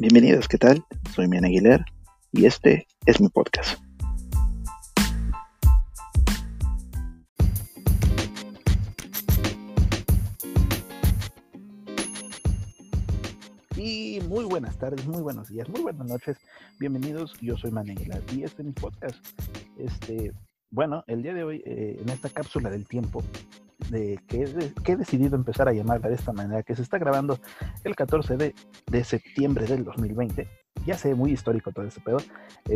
Bienvenidos, ¿qué tal? Soy Mian Aguilar y este es mi podcast. Y muy buenas tardes, muy buenos días, muy buenas noches. Bienvenidos, yo soy Mian Aguilar y este es mi podcast. Bueno, el día de hoy, en esta cápsula del tiempo, que he decidido empezar a llamarla de esta manera, que se está grabando el 14 de septiembre del 2020. Ya sé, muy histórico todo este pedo.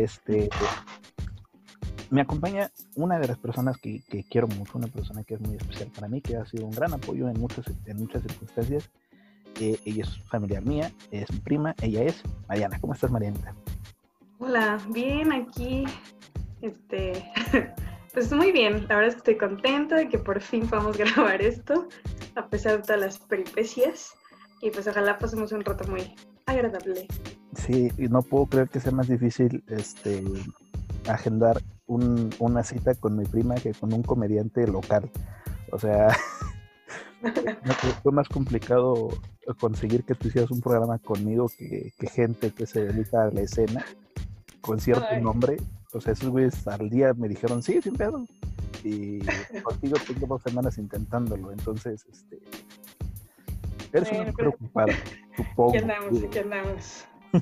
Me acompaña una de las personas que quiero mucho, una persona que es muy especial para mí, que ha sido un gran apoyo en muchas circunstancias. Ella es familiar mía, es mi prima, ella es Mariana. ¿Cómo estás, Mariana? Hola, bien aquí. Pues muy bien, la verdad es que estoy contenta de que por fin podamos grabar esto, a pesar de todas las peripecias, y pues ojalá pasemos un rato muy agradable. Sí, y no puedo creer que sea más difícil agendar una cita con mi prima que con un comediante local. O sea, fue más complicado conseguir que tú hicieras un programa conmigo que gente que se dedica a la escena con cierto nombre. O sea, esos güeyes al día me dijeron, sí, sin pedo. Y contigo tengo 2 semanas intentándolo. Entonces, eres una mujer ocupada, supongo. Aquí andamos.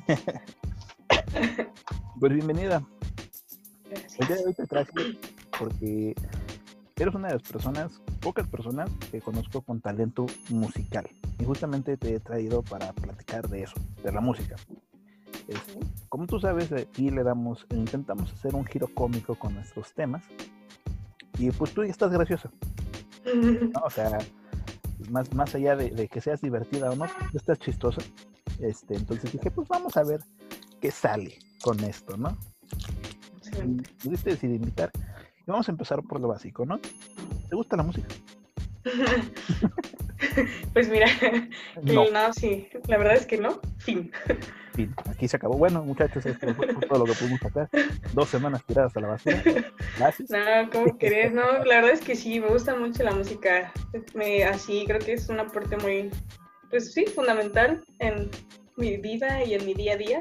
Pues bienvenida. Gracias. El día de hoy te traje porque eres una de las pocas personas que conozco con talento musical. Y justamente te he traído para platicar de eso, de la música. Como tú sabes, aquí intentamos hacer un giro cómico con nuestros temas. Y pues tú ya estás graciosa, ¿no? O sea, más allá de que seas divertida o no, tú estás chistosa. Entonces dije, pues vamos a ver qué sale con esto, ¿no? Excelente. Y decidí invitar. Y vamos a empezar por lo básico, ¿no? ¿Te gusta la música? Pues mira, No, sí, la verdad es que no, fin. Aquí se acabó. Bueno, muchachos, esto fue todo lo que pudimos sacar. 2 semanas tiradas a la basura. Gracias. No, ¿cómo crees? No, la verdad es que sí, me gusta mucho la música. Así creo que es un aporte muy, pues sí, fundamental en mi vida y en mi día a día.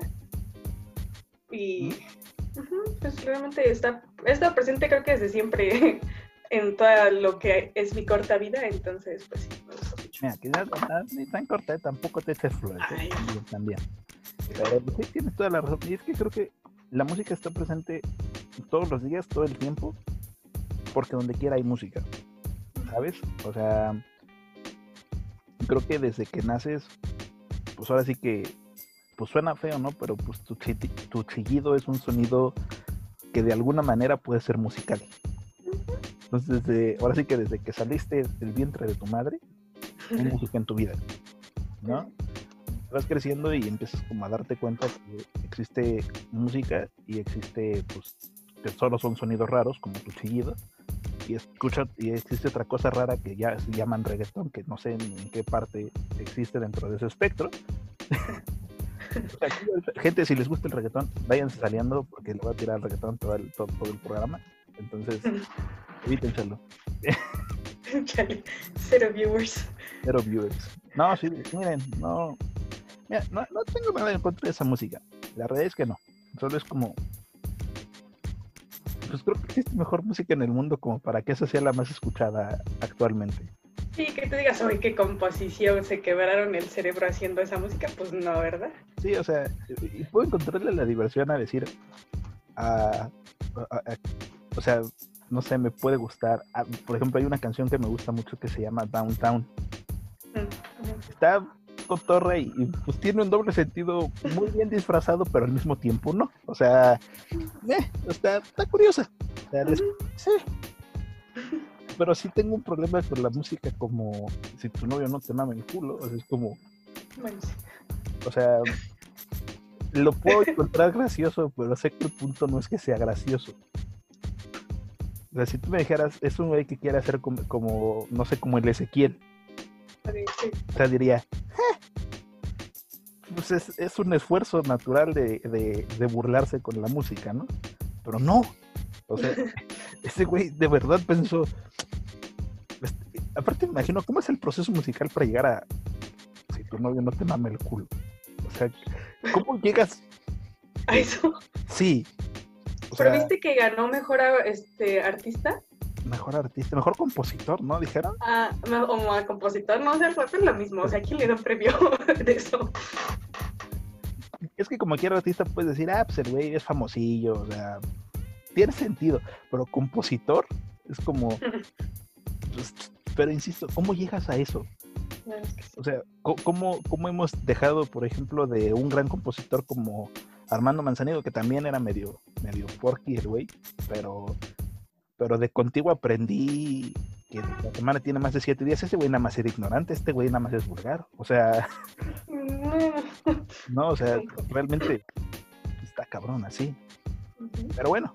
Y pues realmente está presente creo que desde siempre en todo lo que es mi corta vida, entonces pues sí, me gusta mucho. Mira, quizás ni tan corta, tampoco te eches flores. También. Pero sí, tienes toda la razón. Y es que creo que la música está presente todos los días, todo el tiempo, porque donde quiera hay música, ¿sabes? O sea, creo que desde que naces, pues ahora sí que, pues suena feo, ¿no? Pero pues tu chillido es un sonido que de alguna manera puede ser musical. Entonces, ahora sí que desde que saliste del vientre de tu madre, hay música en tu vida, ¿no? Vas creciendo y empiezas como a darte cuenta que existe música y existe, pues, que solo son sonidos raros, como tu chillido, y existe otra cosa rara que ya se llaman reggaetón, que no sé en qué parte existe dentro de ese espectro. O sea, gente, si les gusta el reggaetón, váyanse saliendo porque le voy a tirar el reggaetón todo el programa. Entonces, evítenselo. Cero viewers. Cero viewers. No, sí, miren, no. Mira, no tengo nada en contra de esa música. La realidad es que no. Solo es como, pues creo que existe mejor música en el mundo como para que esa sea la más escuchada actualmente. Sí, que tú digas, oye, qué composición, se quebraron el cerebro haciendo esa música, pues no, ¿verdad? Sí, o sea, y puedo encontrarle la diversión a decir, o sea, no sé, me puede gustar. Por ejemplo, hay una canción que me gusta mucho que se llama Downtown. Está cotorra y pues tiene un doble sentido muy bien disfrazado, pero al mismo tiempo no. O sea, está curiosa. O sea, sí. Pero sí tengo un problema con la música, como si tu novio no te mama el culo. O sea, es como, bueno, sí. O sea, lo puedo encontrar gracioso, pero sé que el punto no es que sea gracioso. O sea, si tú me dijeras, es un güey que quiere hacer como no sé, como el Ezequiel. Sí. O sea, diría, pues es un esfuerzo natural de burlarse con la música, ¿no? Pero no. O sea, ese güey de verdad pensó. Aparte, me imagino, ¿cómo es el proceso musical para llegar a si tu novio no te mame el culo? O sea, ¿Cómo llegas a eso? Sí. ¿Pero viste que ganó mejor artista? Mejor artista, mejor compositor, ¿no? ¿Dijeron? O a compositor, no, o sea, es lo mismo. O sea, ¿quién le da un premio de eso? Es que como quiera artista puedes decir, pues el güey es famosillo, o sea, tiene sentido, pero compositor es como, pues, pero insisto, ¿cómo llegas a eso? O sea, ¿cómo hemos dejado, por ejemplo, de un gran compositor como Armando Manzanero, que también era medio porky el güey, pero de contigo aprendí que la semana tiene más de 7 días, ese güey nada más era ignorante, este güey nada más es vulgar, o sea, no, o sea, realmente está cabrón así. Pero bueno,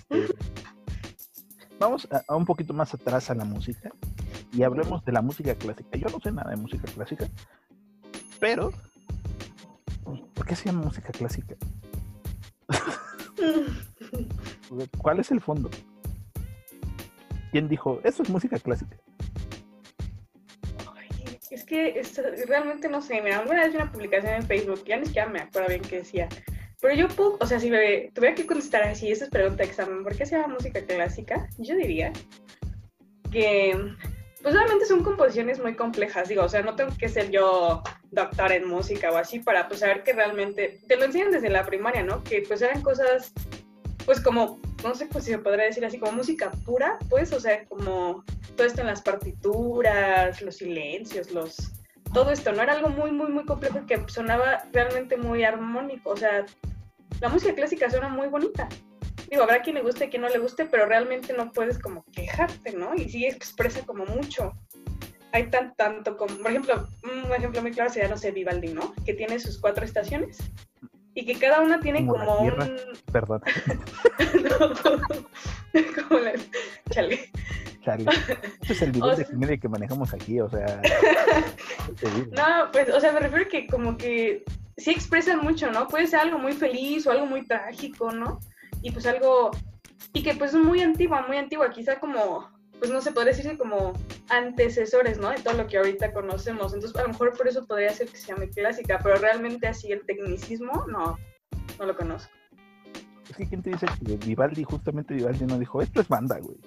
vamos a un poquito más atrás a la música y hablemos de la música clásica. Yo no sé nada de música clásica, pero ¿por qué se llama música clásica? ¿Cuál es el fondo? ¿Quién dijo, eso es música clásica? Ay, es que realmente no sé, alguna vez vi una publicación en Facebook, ya ni siquiera me acuerdo bien qué decía, pero yo o sea, si tuviera que contestar así esas preguntas de examen, ¿por qué se llama música clásica? Yo diría que, pues obviamente son composiciones muy complejas, digo, o sea, no tengo que ser yo doctor en música o así para pues saber que realmente, te lo enseñan desde la primaria, ¿no? Que pues eran cosas, pues como, no sé pues si se podría decir así, como música pura, pues, o sea, como todo esto en las partituras, los silencios, todo esto, ¿no? Era algo muy, muy, muy complejo que sonaba realmente muy armónico, o sea, la música clásica suena muy bonita. Digo, habrá quien le guste y quien no le guste, pero realmente no puedes como quejarte, ¿no? Y sí expresa como mucho. Hay tanto como, por ejemplo, un ejemplo muy claro sería, no sé, Vivaldi, ¿no? Que tiene sus 4 estaciones y que cada una tiene como un... Perdón. No, como la... Chale. Este es el nivel de comedia que manejamos aquí, o sea... No, pues, o sea, me refiero que como que sí expresan mucho, ¿no? Puede ser algo muy feliz o algo muy trágico, ¿no? Y pues algo... Y que pues es muy antigua, quizá como... Pues no se podría decir como antecesores, ¿no? De todo lo que ahorita conocemos. Entonces, a lo mejor por eso podría ser que se llame clásica, pero realmente así el tecnicismo, no lo conozco. Es que ¿quién te dice que Vivaldi no dijo, esto es banda, güey?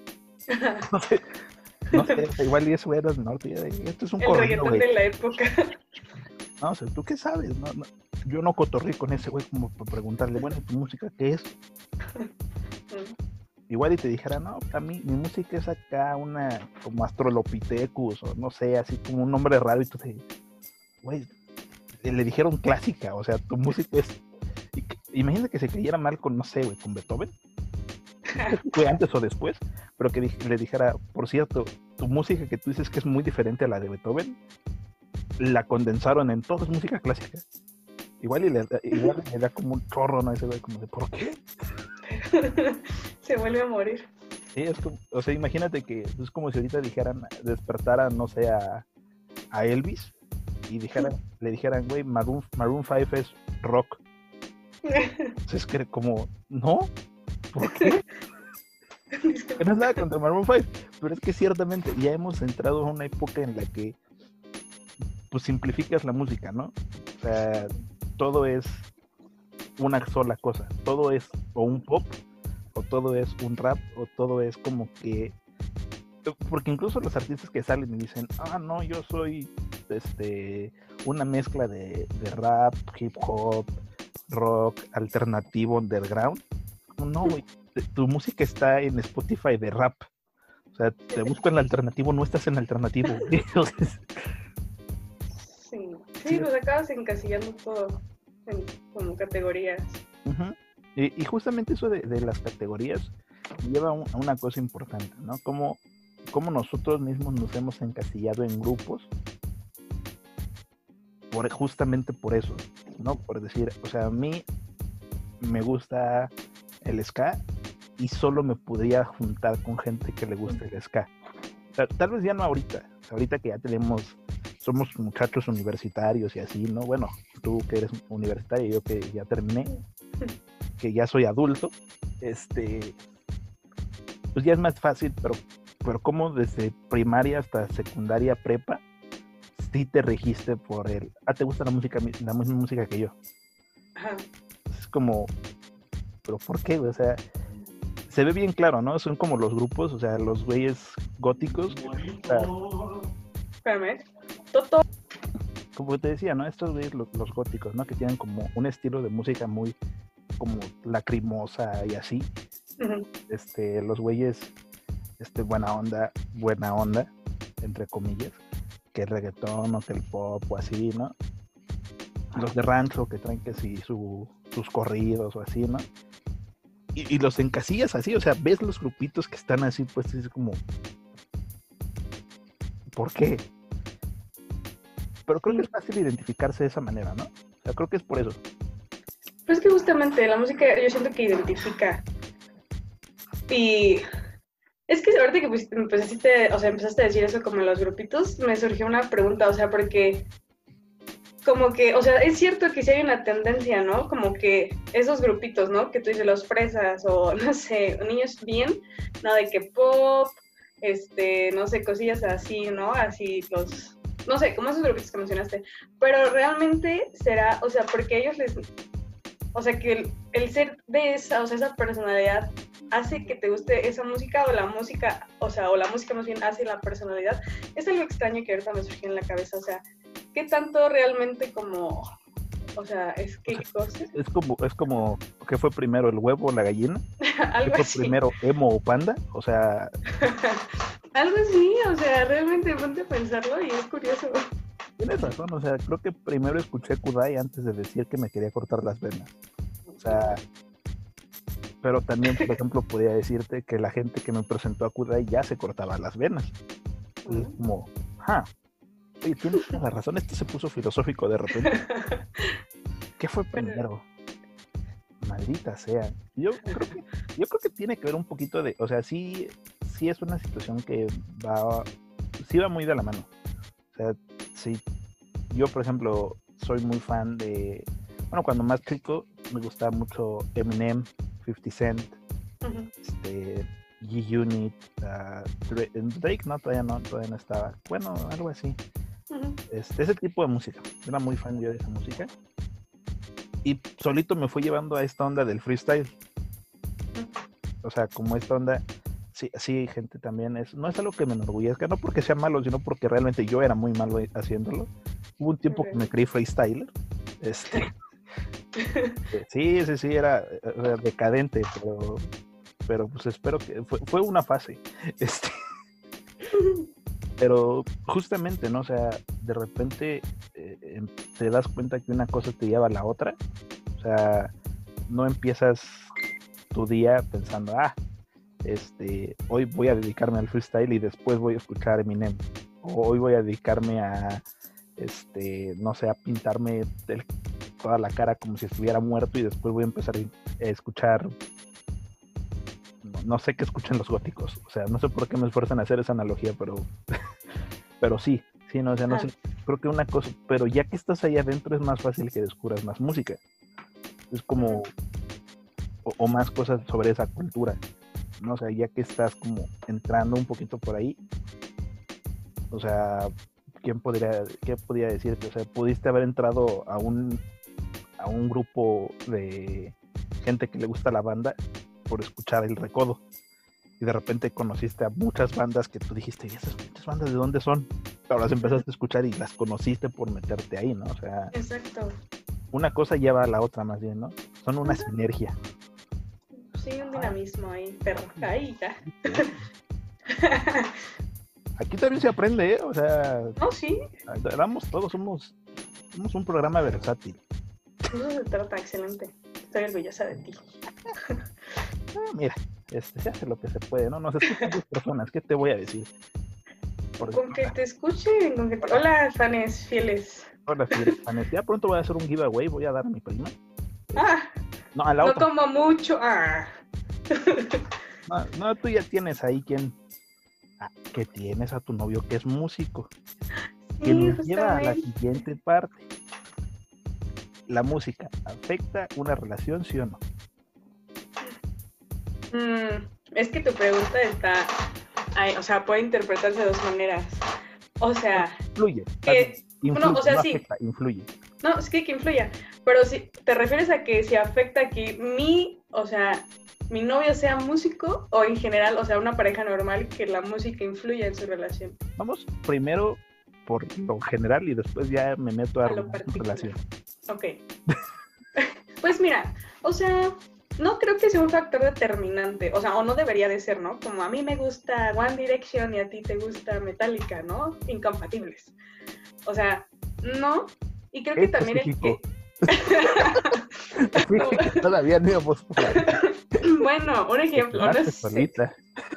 No sé, igual y eso era del norte, esto es un corrido, güey. El reggaetón de la época. No, o sea, ¿tú qué sabes? No, yo no cotorré con ese güey como para preguntarle, bueno, ¿tu música qué es? Igual y te dijera, no, a mí mi música es acá una como Astrolopithecus o no sé, así como un nombre raro y tú te, güey, le dijeron clásica, o sea, tu música es... Imagínate que se cayera mal con, no sé, güey, con Beethoven. Fue antes o después, pero que le dijera, por cierto, tu música que tú dices que es muy diferente a la de Beethoven, la condensaron en todo, es música clásica. Igual le da como un chorro, ¿no? Ese güey, como de, ¿por qué? Se vuelve a morir. Sí, es como, o sea, imagínate que es como si ahorita despertaran, no sé, a Elvis y le dijeran, güey, Maroon 5 es rock. Entonces es que como, ¿no? ¿Por qué? No es nada contra Maroon 5, pero es que ciertamente ya hemos entrado a una época en la que pues simplificas la música, ¿no? O sea, todo es una sola cosa, todo es o un pop, o todo es un rap, o todo es como que, porque incluso los artistas que salen y dicen, no, yo soy una mezcla de rap, hip hop, rock, alternativo, underground. No, güey, tu música está en Spotify de rap. O sea, te busco en el alternativo, no estás en alternativo. Sí, pues acabas encasillando todo como categorías. Uh-huh. Y justamente eso de las categorías lleva a una cosa importante, ¿no? Como nosotros mismos nos hemos encasillado en grupos justamente por eso, ¿no? Por decir, o sea, a mí me gusta el ska y solo me podría juntar con gente que le guste el ska. O sea, tal vez ya no ahorita que ya somos muchachos universitarios y así, ¿no? Bueno, tú que eres universitario, yo que ya terminé, que ya soy adulto, pues ya es más fácil, pero como desde primaria hasta secundaria, prepa, sí te registe por ¿te gusta la misma música que yo? Ajá. Es como, ¿pero por qué, güey? O sea, se ve bien claro, ¿no? Son como los grupos, o sea, los güeyes góticos. O sea, Espérame. Toto. como te decía, ¿no? Estos güeyes, los góticos, ¿no? Que tienen como un estilo de música muy como lacrimosa y así. Uh-huh. Los güeyes, buena onda, entre comillas, que el reggaetón o que el pop o así, ¿no? Los de rancho que traen que sí sus corridos o así, ¿no? Y los encasillas así, o sea, ves los grupitos que están así, pues es como, ¿por qué? Pero creo que es fácil identificarse de esa manera, ¿no? O sea, creo que es por eso. Pues es que justamente la música yo siento que identifica. Y es que ahorita que pues, empezaste a decir eso como en los grupitos, me surgió una pregunta, o sea, porque como que, o sea, es cierto que sí hay una tendencia, ¿no? Como que esos grupitos, ¿no? Que tú dices, los fresas o, no sé, niños bien, ¿no? De que pop, no sé, cosillas así, ¿no? Así los, no sé, como esos grupitos que mencionaste. Pero realmente será, o sea, porque ellos les, o sea, que el ser de esa, o sea, esa personalidad hace que te guste esa música o la música, o sea, o la música más bien hace la personalidad. Es algo extraño que ahorita me surgió en la cabeza, o sea, ¿qué tanto realmente como, o sea, es que cosa? Es como, ¿qué fue primero, el huevo o la gallina? Algo ¿Qué fue así. primero, emo o panda? O sea... Algo así, o sea, realmente ponte a pensarlo y es curioso. Tienes razón, o sea, creo que primero escuché Kudai antes de decir que me quería cortar las venas. O sea, pero también, por ejemplo, podría decirte que la gente que me presentó a Kudai ya se cortaba las venas. Entonces, es como, oye, tienes toda la razón, esto se puso filosófico de repente. ¿Qué fue primero? Maldita sea. Yo creo que tiene que ver un poquito de, o sea, sí es una situación que sí va muy de la mano. O sea, sí, yo por ejemplo soy muy fan de, bueno, cuando más chico me gustaba mucho Eminem, 50 Cent, uh-huh. G-Unit, Drake todavía no estaba, bueno, algo así. Uh-huh. Ese tipo de música, era muy fan yo de esa música y solito me fui llevando a esta onda del freestyle. O sea, como esta onda, sí, gente, también no es algo que me enorgullezca, no porque sea malo, sino porque realmente yo era muy malo haciéndolo. Hubo un tiempo que me creí freestyler. Sí, era decadente, pero pues espero que fue una fase. Pero justamente, ¿no? O sea, de repente te das cuenta que una cosa te lleva a la otra. O sea, no empiezas tu día pensando, hoy voy a dedicarme al freestyle y después voy a escuchar Eminem. O hoy voy a dedicarme a, no sé, a pintarme toda la cara como si estuviera muerto y después voy a empezar a escuchar, no sé qué escuchan los góticos. O sea, no sé por qué me esfuerzan a hacer esa analogía, pero sí, no, o sea, no sé. Creo que una cosa, pero ya que estás ahí adentro es más fácil que descubras más música. Es como, o más cosas sobre esa cultura. ¿No? O sea, ya que estás como entrando un poquito por ahí, o sea, ¿qué podría decirte? O sea, pudiste haber entrado a un grupo de gente que le gusta la banda por escuchar El Recodo y de repente conociste a muchas bandas que tú dijiste, ¿y esas muchas bandas de dónde son? Pero las empezaste a escuchar y las conociste por meterte ahí, ¿no? O sea, exacto. Una cosa lleva a la otra más bien, ¿no? Son una sinergia. Sí, un dinamismo ahí, perro. Ahí ya. Aquí también se aprende, ¿eh? O sea, no, sí. Todos somos un programa versátil. Eso se trata, excelente. Estoy orgullosa de ti. Mira, se hace lo que se puede, ¿no? Nos escuchan 2 personas, ¿qué te voy a decir? Con que te escuchen, con que te... Hola, fans fieles. Hola, fans. Ya pronto voy a hacer un giveaway, voy a dar a mi prima. No, a la otra. No como mucho. No, tú ya tienes ahí que tienes a tu novio que es músico. Sí, que nos lleva a la siguiente parte. ¿La música afecta una relación, sí o no? Es que tu pregunta está... o sea, puede interpretarse de 2 maneras. O sea... Influye. Que, influye, o sea, no sí. afecta, influye. No, es que influya, pero si te refieres a que si afecta que mi novio sea músico o en general, o sea, una pareja normal, que la música influya en su relación. Vamos primero por lo general y después ya me meto a lo tu particular. relación. Ok. Pues mira, o sea, no creo que sea un factor determinante, o sea, o no debería de ser, ¿no? Como a mí me gusta One Direction y a ti te gusta Metallica, ¿no? Incompatibles. O sea, no. Y creo que también el que... Todavía no íbamos por ahí. Bueno, un ejemplo, no sé. Solita.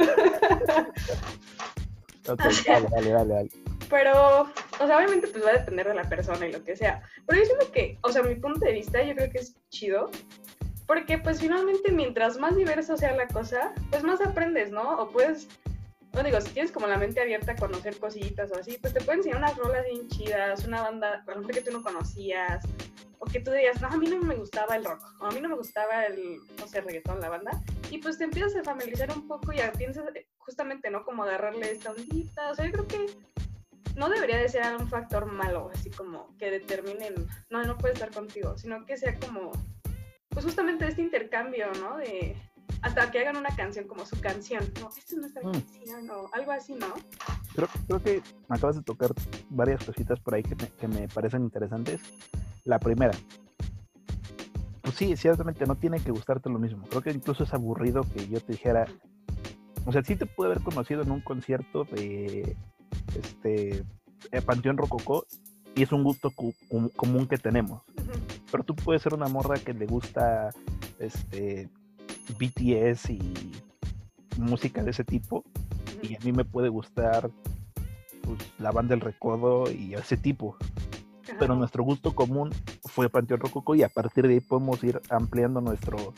Okay, dale. Pero, o sea, obviamente pues va a depender de la persona y lo que sea. Pero yo siento que, o sea, mi punto de vista yo creo que es chido. Porque pues finalmente mientras más diverso sea la cosa, pues más aprendes, ¿no? O puedes, no digo, si tienes como la mente abierta a conocer cositas o así, pues te pueden enseñar unas rolas bien chidas, una banda, a lo mejor que tú no conocías, o que tú dirías, no, a mí no me gustaba el rock, o a mí no me gustaba el, no sé, reggaetón, la banda, y pues te empiezas a familiarizar un poco y piensas justamente, ¿no? Como agarrarle esta ondita, o sea, yo creo que no debería de ser un factor malo, así como que determinen, no puede estar contigo, sino que sea como, pues justamente este intercambio, ¿no? De hasta que hagan una canción como su canción, no, esta es nuestra canción, o algo así, ¿no? Creo que acabas de tocar varias cositas por ahí que me parecen interesantes. La primera, pues sí, ciertamente no tiene que gustarte lo mismo. Creo que incluso es aburrido que yo te dijera, o sea, sí te pude haber conocido en un concierto de Panteón Rococó y es un gusto común que tenemos. Pero tú puedes ser una morra que le gusta BTS y música de ese tipo, y a mí me puede gustar pues la Banda del Recodo y ese tipo. Pero nuestro gusto común fue Panteón Rococó y a partir de ahí podemos ir ampliando nuestro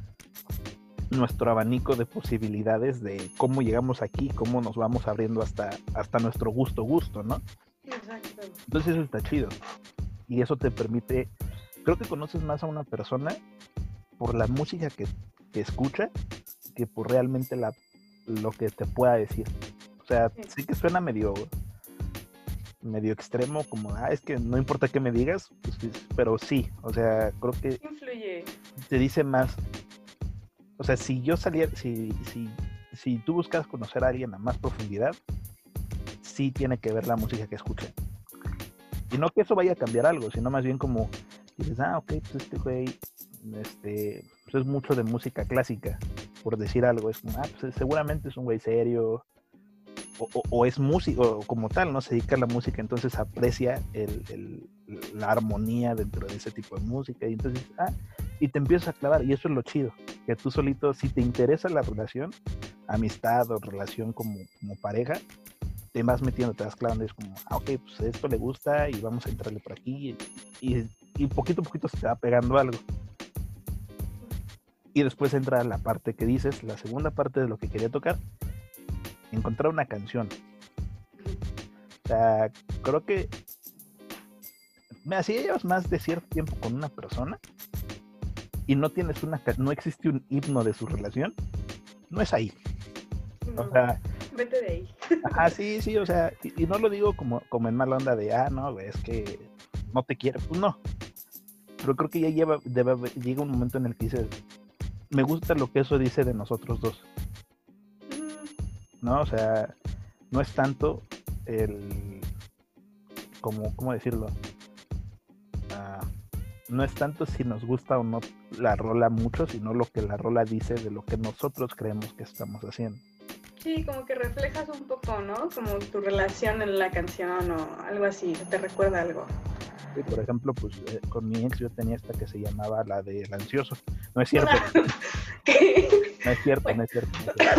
abanico de posibilidades de cómo llegamos aquí, cómo nos vamos abriendo hasta nuestro gusto, ¿no? Exacto. Entonces eso está chido. Y eso te permite, creo que conoces más a una persona por la música que escucha que por realmente lo que te pueda decir. O sea, sí que suena medio extremo, como, es que no importa qué me digas, pues, pero sí, o sea, creo que influye. Te dice más. O sea, si yo saliera, si tú buscas conocer a alguien a más profundidad, sí tiene que ver la música que escucha. Y no que eso vaya a cambiar algo, sino más bien como dices, ok, pues este güey pues es mucho de música clásica, por decir algo. Es como, pues seguramente es un güey serio, o es músico, como tal, ¿no? Se dedica a la música, entonces aprecia la armonía dentro de ese tipo de música, y entonces, y te empiezas a clavar, y eso es lo chido, que tú solito, si te interesa la relación, amistad o relación como pareja, te vas metiendo, te vas clavando, y es como, ok, pues esto le gusta y vamos a entrarle por aquí, y poquito a poquito se te va pegando algo. Y después entra la parte que dices, la segunda parte de lo que quería tocar, encontrar una canción. O sea, creo que si ya llevas más de cierto tiempo con una persona y no existe un himno de su relación, no es ahí. O sea, vete de ahí. Sí, o sea, y no lo digo como en mala onda de, no, es que no te quiere, pues no. Pero creo que ya llega un momento en el que dices, me gusta lo que eso dice de nosotros dos. ¿No? O sea, no es tanto ¿cómo decirlo? No es tanto si nos gusta o no la rola mucho, sino lo que la rola dice de lo que nosotros creemos que estamos haciendo. Sí, como que reflejas un poco, ¿no? Como tu relación en la canción o algo así, te recuerda algo. Sí, por ejemplo, pues con mi ex yo tenía esta que se llamaba la del ansioso. No es cierto. No es cierto, bueno. No es cierto.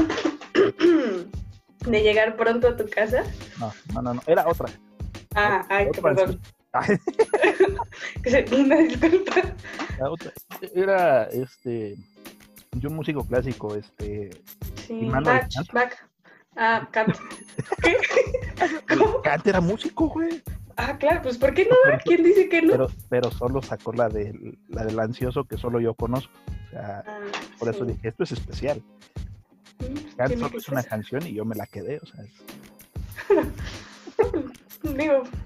¿De llegar pronto a tu casa? No, era otra. Perdón. Una disculpa. La otra era yo un músico clásico, sí, Bach. Kant. ¿Qué? ¿Cómo? Kant era músico, güey. Claro, pues ¿por qué no? ¿Quién dice que no? Pero solo sacó la del ansioso que solo yo conozco. O sea, por eso dije, esto es especial. Kant solo es una canción y yo me la quedé, o sea. Digo,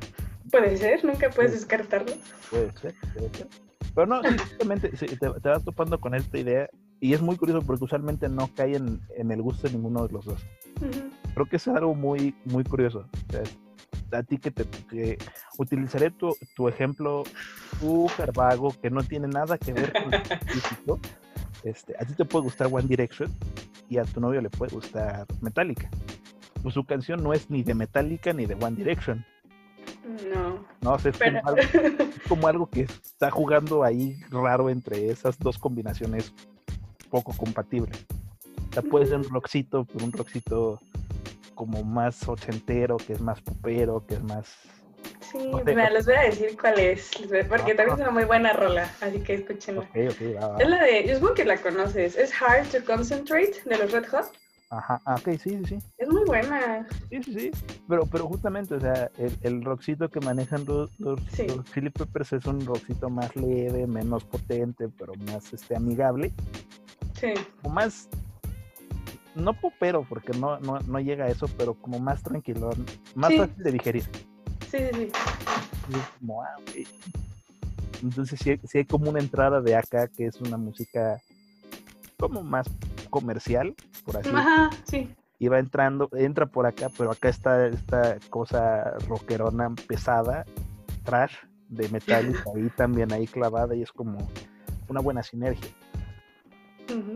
Puede ser, nunca puedes descartarlo. Puede ser. Pero no, sí, justamente te vas topando con esta idea y es muy curioso porque usualmente no cae en el gusto de ninguno de los dos. Uh-huh. Creo que es algo muy, muy curioso. O sea, a ti que utilizaré tu ejemplo súper vago que no tiene nada que ver con el físico. A ti te puede gustar One Direction y a tu novio le puede gustar Metallica. Pues su canción no es ni de Metallica ni de One Direction. No, o sea, es como algo que está jugando ahí raro entre esas dos combinaciones poco compatibles. O sea, puede ser un rockcito, pero un rockcito como más ochentero, que es más popero, que es más... Sí, mira, les voy a decir cuál es, porque también es una muy buena rola, así que escúchenla. Ok, va. Es la de, yo supongo que la conoces, es Hard to Concentrate, de los Red Hot. Ajá, ok, sí. Es muy buena. Sí, pero justamente, o sea, el rockcito que manejan los Chili Peppers es un rockcito más leve, menos potente, pero más amigable. Sí. O más, no popero, porque no llega a eso, pero como más tranquilo, más fácil de digerir. Sí. Y es como, okay. Entonces sí hay como una entrada de acá que es una música como más comercial, por así decirlo. Ajá, sí. Y va entra por acá, pero acá está esta cosa rockerona pesada, trash, de Metallica, ahí también ahí clavada, y es como una buena sinergia. Uh-huh.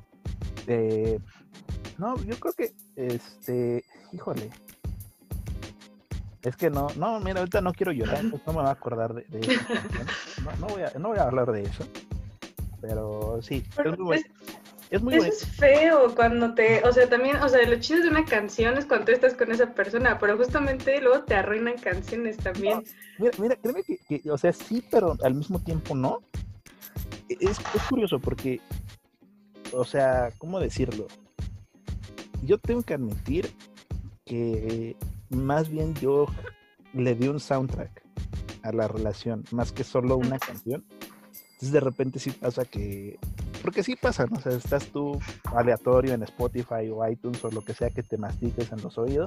No, yo creo que, híjole, es que no, mira, ahorita no quiero llorar, entonces no me va a acordar de eso. No voy a hablar de eso, pero sí, es muy eso es feo cuando también, lo chido de una canción es cuando tú estás con esa persona, pero justamente luego te arruinan canciones también. No, mira, créeme que, o sea, sí, pero al mismo tiempo no. Es curioso porque, o sea, ¿cómo decirlo? Yo tengo que admitir que más bien yo le di un soundtrack a la relación, más que solo una canción. Entonces de repente sí pasa que... Porque sí pasa, ¿no? O sea, estás tú aleatorio en Spotify o iTunes o lo que sea que te mastiques en los oídos,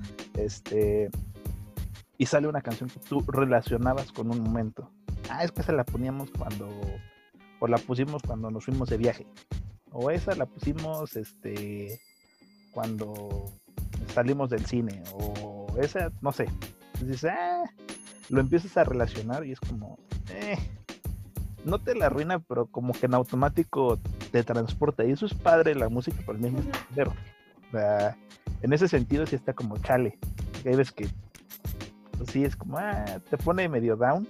y sale una canción que tú relacionabas con un momento. Es que esa la poníamos o la pusimos cuando nos fuimos de viaje, o esa la pusimos cuando salimos del cine, o esa, no sé. Entonces lo empiezas a relacionar y es como, no te la arruina, pero como que en automático te transporta, y eso es padre la música, pero al mismo tiempo, o sea, en ese sentido sí está como chale, porque hay veces que pues, sí es como, te pone medio down,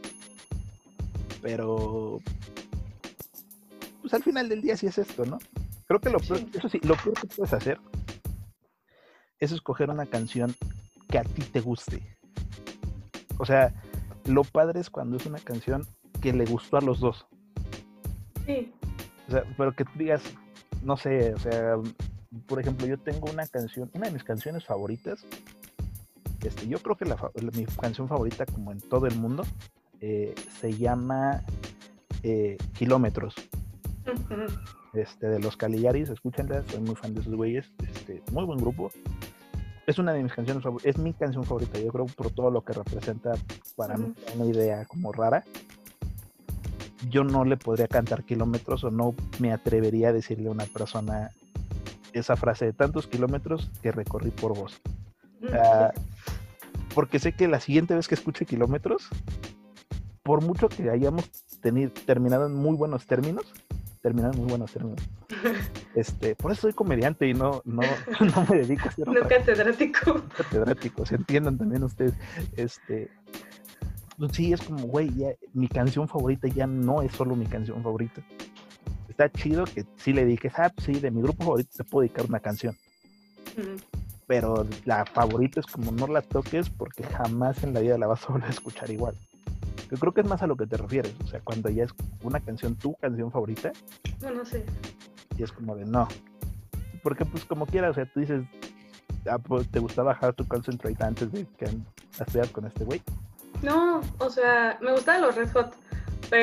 pero pues al final del día sí es esto, ¿no? Creo que lo peor que puedes hacer es escoger una canción que a ti te guste. O sea, lo padre es cuando es una canción que le gustó a los dos. Sí. O sea, pero que tú digas, no sé, o sea, por ejemplo, yo tengo una de mis canciones favoritas, yo creo que mi canción favorita como en todo el mundo, se llama Kilómetros. Uh-huh. De los Caligaris, escúchenla, soy muy fan de esos güeyes, muy buen grupo. Es una de mis canciones favoritas, es mi canción favorita, yo creo, por todo lo que representa para mí, una idea como rara. Yo no le podría cantar Kilómetros, o no me atrevería a decirle a una persona esa frase de tantos kilómetros que recorrí por vos. Porque sé que la siguiente vez que escuche Kilómetros, por mucho que hayamos terminado en muy buenos términos, por eso soy comediante y no me dedico a hacer no catedrático. Se entiendan también ustedes. Sí, es como, güey, ya mi canción favorita ya no es solo mi canción favorita. Está chido que sí le dediques, pues sí, de mi grupo favorito te puedo dedicar una canción. Uh-huh. Pero la favorita es como no la toques porque jamás en la vida la vas a volver a escuchar igual. Yo creo que es más a lo que te refieres, o sea, cuando ya es una canción, tu canción favorita. No sé. Y es como de no. Porque pues como quieras, o sea, tú dices, pues, ¿te gustaba Hard to Concentrate antes de que estuvieras con este güey? No, o sea, me gustaban los Red Hot,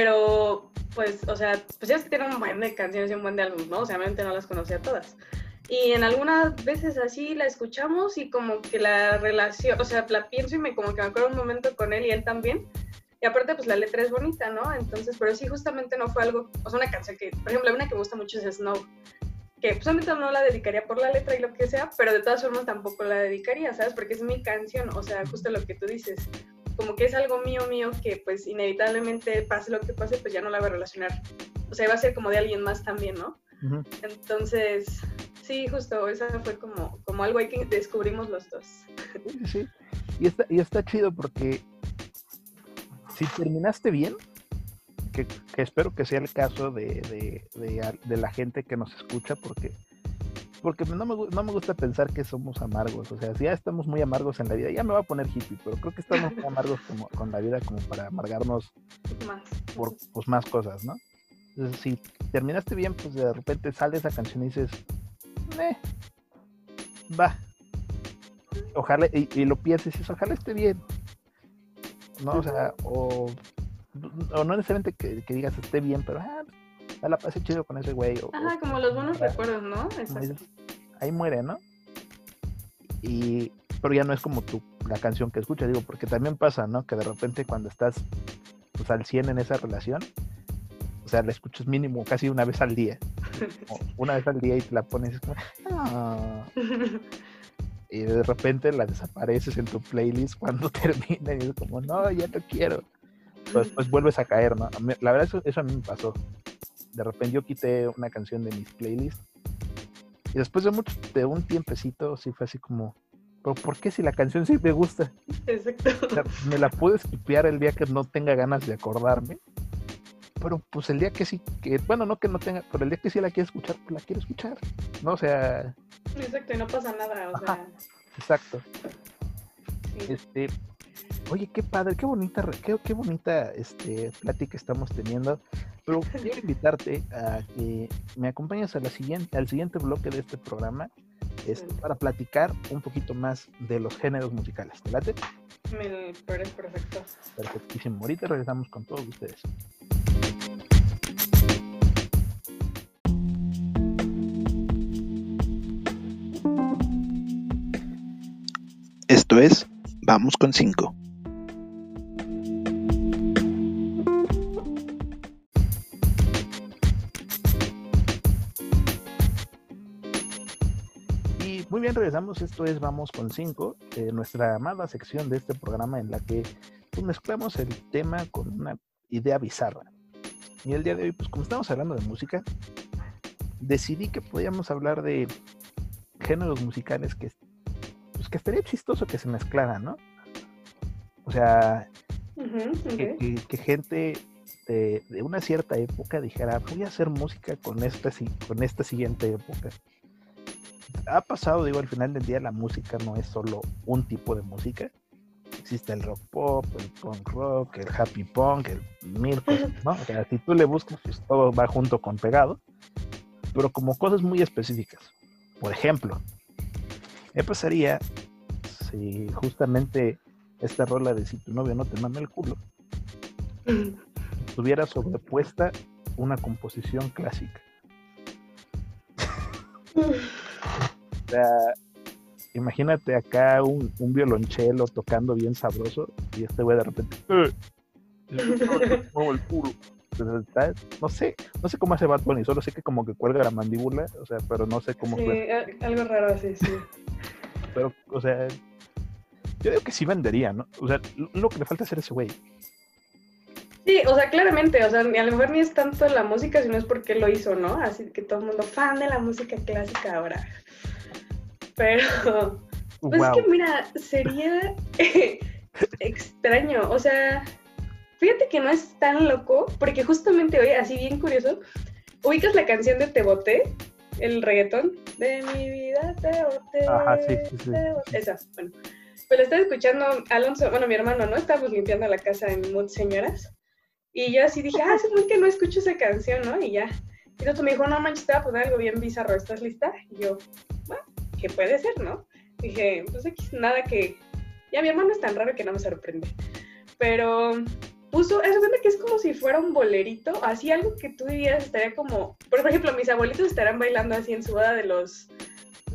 pero pues ya es que tienen un buen de canciones y un buen de álbumes, ¿no? O sea, obviamente no las conocía todas. Y en algunas veces así la escuchamos y como que la relación, o sea, la pienso y como que me acuerdo un momento con él y él también. Y aparte, pues la letra es bonita, ¿no? Entonces, pero sí, justamente no fue algo, o sea, una canción que, por ejemplo, una que me gusta mucho es Snow, que justamente no la dedicaría por la letra y lo que sea, pero de todas formas tampoco la dedicaría, ¿sabes? Porque es mi canción, o sea, justo lo que tú dices, como que es algo mío que pues inevitablemente pase lo que pase, pues ya no la voy a relacionar, o sea, va a ser como de alguien más también, ¿no? Uh-huh. Entonces, sí, justo, esa fue como algo ahí que descubrimos los dos. Sí, y está chido porque si terminaste bien, que espero que sea el caso de la gente que nos escucha, porque no me gusta pensar que somos amargos, o sea, si ya estamos muy amargos en la vida, ya me voy a poner hippie, pero creo que estamos muy amargos con la vida como para amargarnos por pues, más cosas, ¿no? Entonces, si terminaste bien, pues de repente sale esa canción y dices, va, ojalá, y lo piensas y dices, ojalá esté bien, ¿no? O sea, o no necesariamente que digas esté bien, pero la pasé chido con ese güey. Ajá, como los buenos recuerdos, ¿no? Dices, ahí muere, ¿no? Pero ya no es como la canción que escuchas, digo, porque también pasa, ¿no? Que de repente cuando estás pues, al 100 en esa relación, o sea, la escuchas mínimo casi una vez al día. Una vez al día y te la pones como, y de repente la desapareces en tu playlist cuando termina y es como, no, ya no quiero. Pues vuelves a caer, ¿no? La verdad eso a mí me pasó. De repente yo quité una canción de mis playlists y después de un tiempecito sí fue así como, ¿pero por qué si la canción sí me gusta? Exacto. O sea, me la puedo skipear el día que no tenga ganas de acordarme, pero pues el día que sí, bueno, no que no tenga, pero el día que sí la quiero escuchar, pues la quiero escuchar, ¿no? O sea... Exacto, y no pasa nada, o sea... Exacto. Sí. Oye, qué padre, qué bonita plática estamos teniendo. Pero quiero invitarte a que me acompañes al siguiente bloque de este programa para platicar un poquito más de los géneros musicales. ¿Te late? Me parece perfecto. Perfectísimo. Ahorita regresamos con todos ustedes. Esto es Vamos con 5. Y muy bien, regresamos. Esto es Vamos con 5, nuestra amada sección de este programa en la que pues, mezclamos el tema con una idea bizarra. Y el día de hoy, pues como estamos hablando de música, decidí que podíamos hablar de géneros musicales que estaría chistoso que se mezclaran, ¿no? O sea, okay. que gente de una cierta época dijera, voy a hacer música con esta siguiente época. Ha pasado, digo, al final del día la música no es solo un tipo de música. Existe el rock pop, el punk rock, el happy punk, el mil cosas, ¿no? O sea, si tú le buscas, pues todo va junto con pegado, pero como cosas muy específicas. Por ejemplo, ¿qué pasaría si justamente esta rola de Si tu novio no te mama el culo tuviera sobrepuesta una composición clásica? O sea, imagínate acá un violonchelo tocando bien sabroso y este güey de repente el culo. No sé cómo hace Bad Bunny, solo sé que como que cuelga la mandíbula, o sea, pero no sé cómo fue. Algo raro así, sí. Pero, o sea, yo digo que sí vendería, ¿no? O sea, lo que le falta hacer ese güey. Sí, o sea, claramente, o sea, a lo mejor ni es tanto la música, sino es porque lo hizo, ¿no? Así que todo el mundo fan de la música clásica ahora. Pero, pues wow. Es que mira, sería extraño, o sea, fíjate que no es tan loco, porque justamente hoy, así bien curioso, ubicas la canción de Te Boté, el reggaetón, de mi vida te boté. Ajá, sí. Esa, bueno. Pues la estaba escuchando Alonso, bueno, mi hermano, ¿no? Estábamos limpiando la casa en Mood Señoras. Y yo así dije, hace muy que no escucho esa canción, ¿no? Y ya. Y entonces me dijo, no manches, te voy a poner algo bien bizarro, ¿estás lista? Y yo, bueno, ¿qué puede ser, no? Dije, pues aquí nada que... Ya mi hermano es tan raro que no me sorprende. Pero puso, es verdad que es como si fuera un bolerito, así algo que tú dirías estaría como... Por ejemplo, mis abuelitos estarán bailando así en su boda de los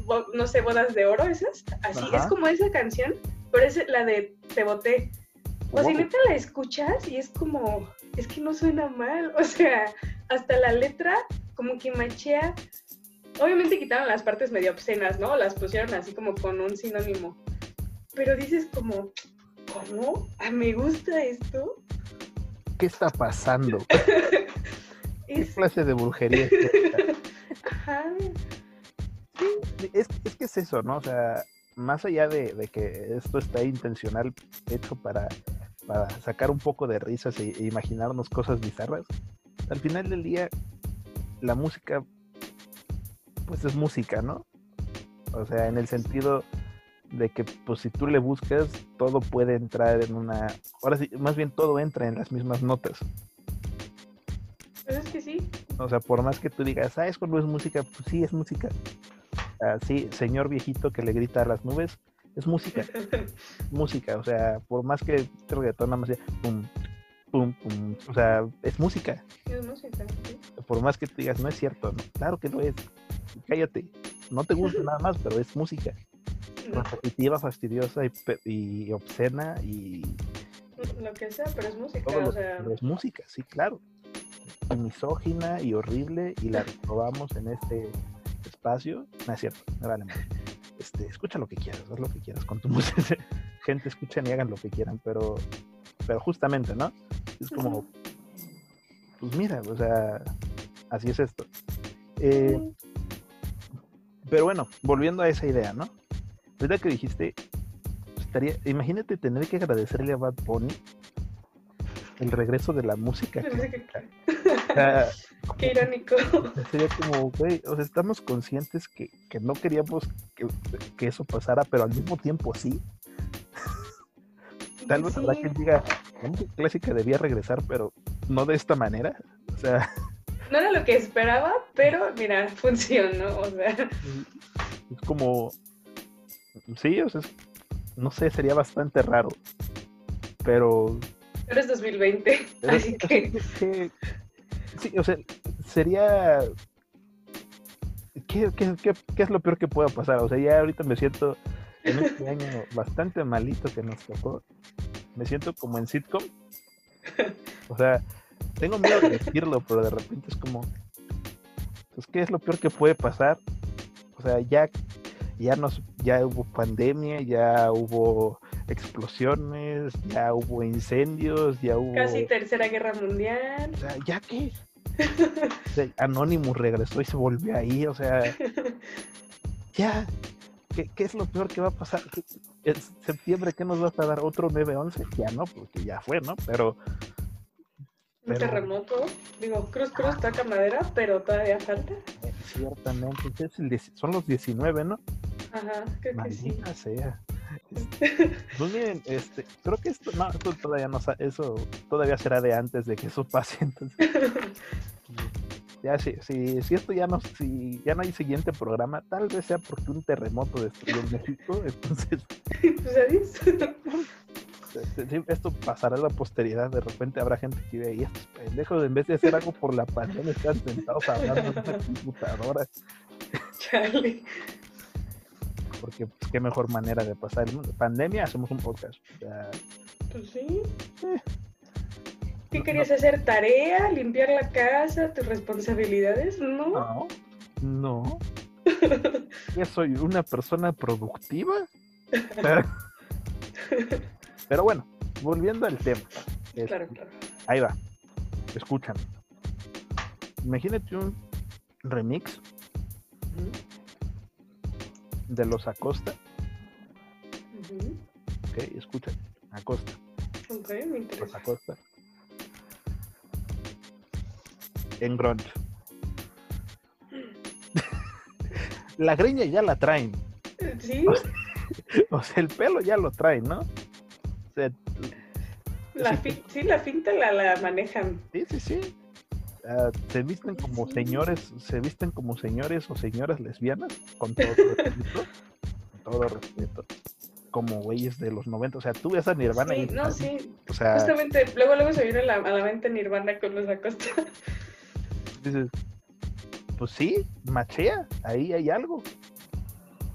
no sé, Bodas de Oro, esas, así, Ajá. es como esa canción, pero es la de Te Boté. O sea, Wow. neta la escuchas y es como, es que no suena mal, o sea, hasta la letra como que machea. Obviamente quitaron las partes medio obscenas, ¿no? Las pusieron así como con un sinónimo. Pero dices como, ¿cómo? ¿Me gusta esto? ¿Qué está pasando? ¿Qué clase de brujería es esta? Ajá. Sí, es que es eso, ¿no? O sea, más allá de que esto está intencional, hecho para sacar un poco de risas e imaginarnos cosas bizarras, al final del día, la música, pues es música, ¿no? O sea, en el sentido de que, pues si tú le buscas, todo puede entrar en una... Ahora sí, más bien todo entra en las mismas notas. Pues es que sí. O sea, por más que tú digas, esto no es música, pues sí, es música. Sí, señor viejito que le grita a las nubes, es música. Música, o sea, por más que el reggaetón nada más sea pum, pum, pum, o sea, es música. Es música, sí. Por más que tú digas, no es cierto, no, claro que lo es. Cállate, no te gusta nada más, pero es música. No, Repetitiva, fastidiosa y obscena y lo que sea, pero es música, todo o sea. pero es música, sí, claro. Y misógina y horrible y la reprobamos en este espacio. No es cierto, me vale más. Escucha lo que quieras, haz lo que quieras con tu música. Gente, escuchen y hagan lo que quieran, pero justamente, ¿no? Es como, pues mira, o sea, así es esto. Pero bueno, volviendo a esa idea, ¿no? Ahorita que dijiste, imagínate tener que agradecerle a Bad Bunny el regreso de la música. O sea, qué irónico. Sería como, güey, o sea, estamos conscientes que no queríamos que eso pasara, pero al mismo tiempo sí. Tal vez habrá quien diga, la música clásica debía regresar, pero no de esta manera. O sea, no era lo que esperaba, pero mira, funcionó, o sea. Es como, sí, o sea, no sé, sería bastante raro, pero es 2020, así que... Sí, o sea, sería... ¿Qué es lo peor que pueda pasar? O sea, ya ahorita me siento en este año bastante malito que nos tocó. Me siento como en sitcom. O sea, tengo miedo de decirlo, pero de repente es como... Pues, ¿qué es lo peor que puede pasar? O sea, ya hubo pandemia, ya hubo explosiones, ya hubo incendios, ya hubo... Casi tercera guerra mundial. O sea, ¿ya qué? O sea, Anonymous regresó y se volvió ahí, o sea... Ya, ¿qué es lo peor que va a pasar? ¿En septiembre qué nos vas a dar? ¿Otro 9/11? Ya no, porque ya fue, ¿no? Pero... Un terremoto, digo, cruz, toca madera, pero todavía falta. Ciertamente, son los 19, ¿no? Ajá, creo Maldita que sí. sea. Pues miren, creo que esto todavía no, eso todavía será de antes de que eso pase, entonces ya si esto ya no hay siguiente programa, tal vez sea porque un terremoto destruyó México, entonces esto pasará a la posteridad, de repente habrá gente que ve ahí, estos pendejos en vez de hacer algo por la pandemia están sentados hablando en una computadora. Chale. Porque pues, qué mejor manera de pasar el mundo. Pandemia, hacemos un podcast. O sea, pues sí. ¿Qué querías hacer? ¿Tarea? ¿Limpiar la casa? ¿Tus responsabilidades? No. Yo soy una persona productiva. Pero bueno, volviendo al tema. Claro. Ahí va. Escúchame. Imagínate un remix de los Acosta. Ok, escucha. Acosta. Ok, me interesa. Los Acosta. En grunge. La greña ya la traen. ¿Sí? O sea, el pelo ya lo traen, ¿no? O sea, la finta la manejan. Sí. Se visten como señores, o señoras lesbianas, con todo respeto, como güeyes de los 90, o sea, tú ves a Nirvana sí, y... No, sí, o sea, justamente, luego se viene a la mente Nirvana con los Acosta. Dices, pues sí, machea, ahí hay algo.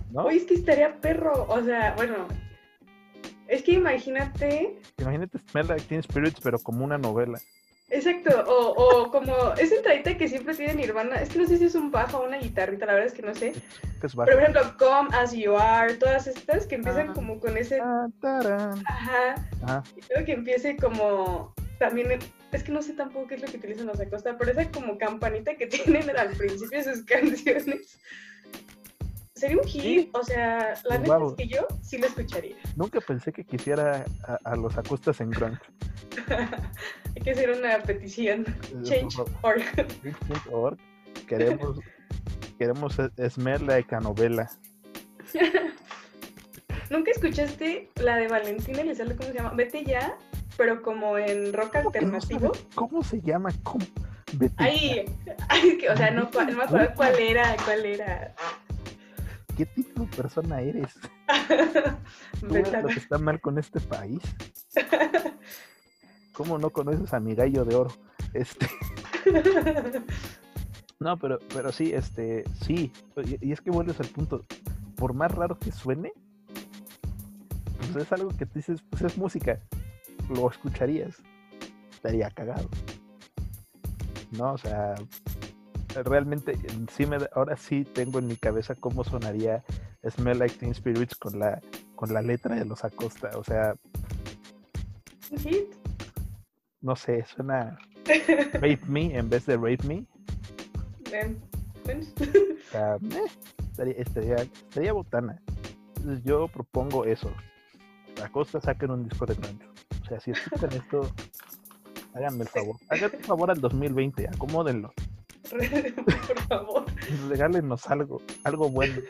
¿no? Oye, es que estaría perro, o sea, bueno, es que imagínate, Smell Like Teen Spirits, pero como una novela. exacto, o como esa entradita que siempre tiene Nirvana, es que no sé si es un bajo o una guitarrita, la verdad es que no sé, Que es pero bajo. por ejemplo, Come As You Are, todas estas que empiezan Ah. como con ese, Tarán. ajá, Ajá. y luego que empiece como, también, es que no sé tampoco qué es lo que utilizan los Acosta, pero esa como campanita que tienen al principio de sus canciones, sería un hit, Sí. o sea, la neta Wow. es que yo sí lo escucharía. Nunca pensé que quisiera a los Acostas en grunge. Hay que hacer una petición. Change.org. Change.org. Queremos Smell Like a novela. ¿Nunca escuchaste la de Valentina Elizalde? ¿Cómo se llama? Vete ya, pero como en rock alternativo. ¿Cómo se llama? Vete Ay, o sea, no me acuerdo cuál era. ¿Qué tipo de persona eres? ¿Tú Vete ves lo que está mal con este país? ¿Cómo no conoces a mi gallo de oro? No, pero sí, sí. Y es que vuelves al punto. Por más raro que suene, pues es algo que tú dices, pues es música. Lo escucharías. Estaría cagado. No, o sea, realmente sí ahora sí tengo en mi cabeza cómo sonaría Smell Like Teen Spirits con la letra de los Acosta. O sea, ¿Sí? no sé, suena Rape Me en vez de Rape Me. O sea, estaría botana. Entonces yo propongo eso. Acosta saquen un disco de grunge. O sea, si escuchan esto, háganme el favor. Háganme el favor al 2020, acomódenlo. Por favor. Regálenos algo bueno.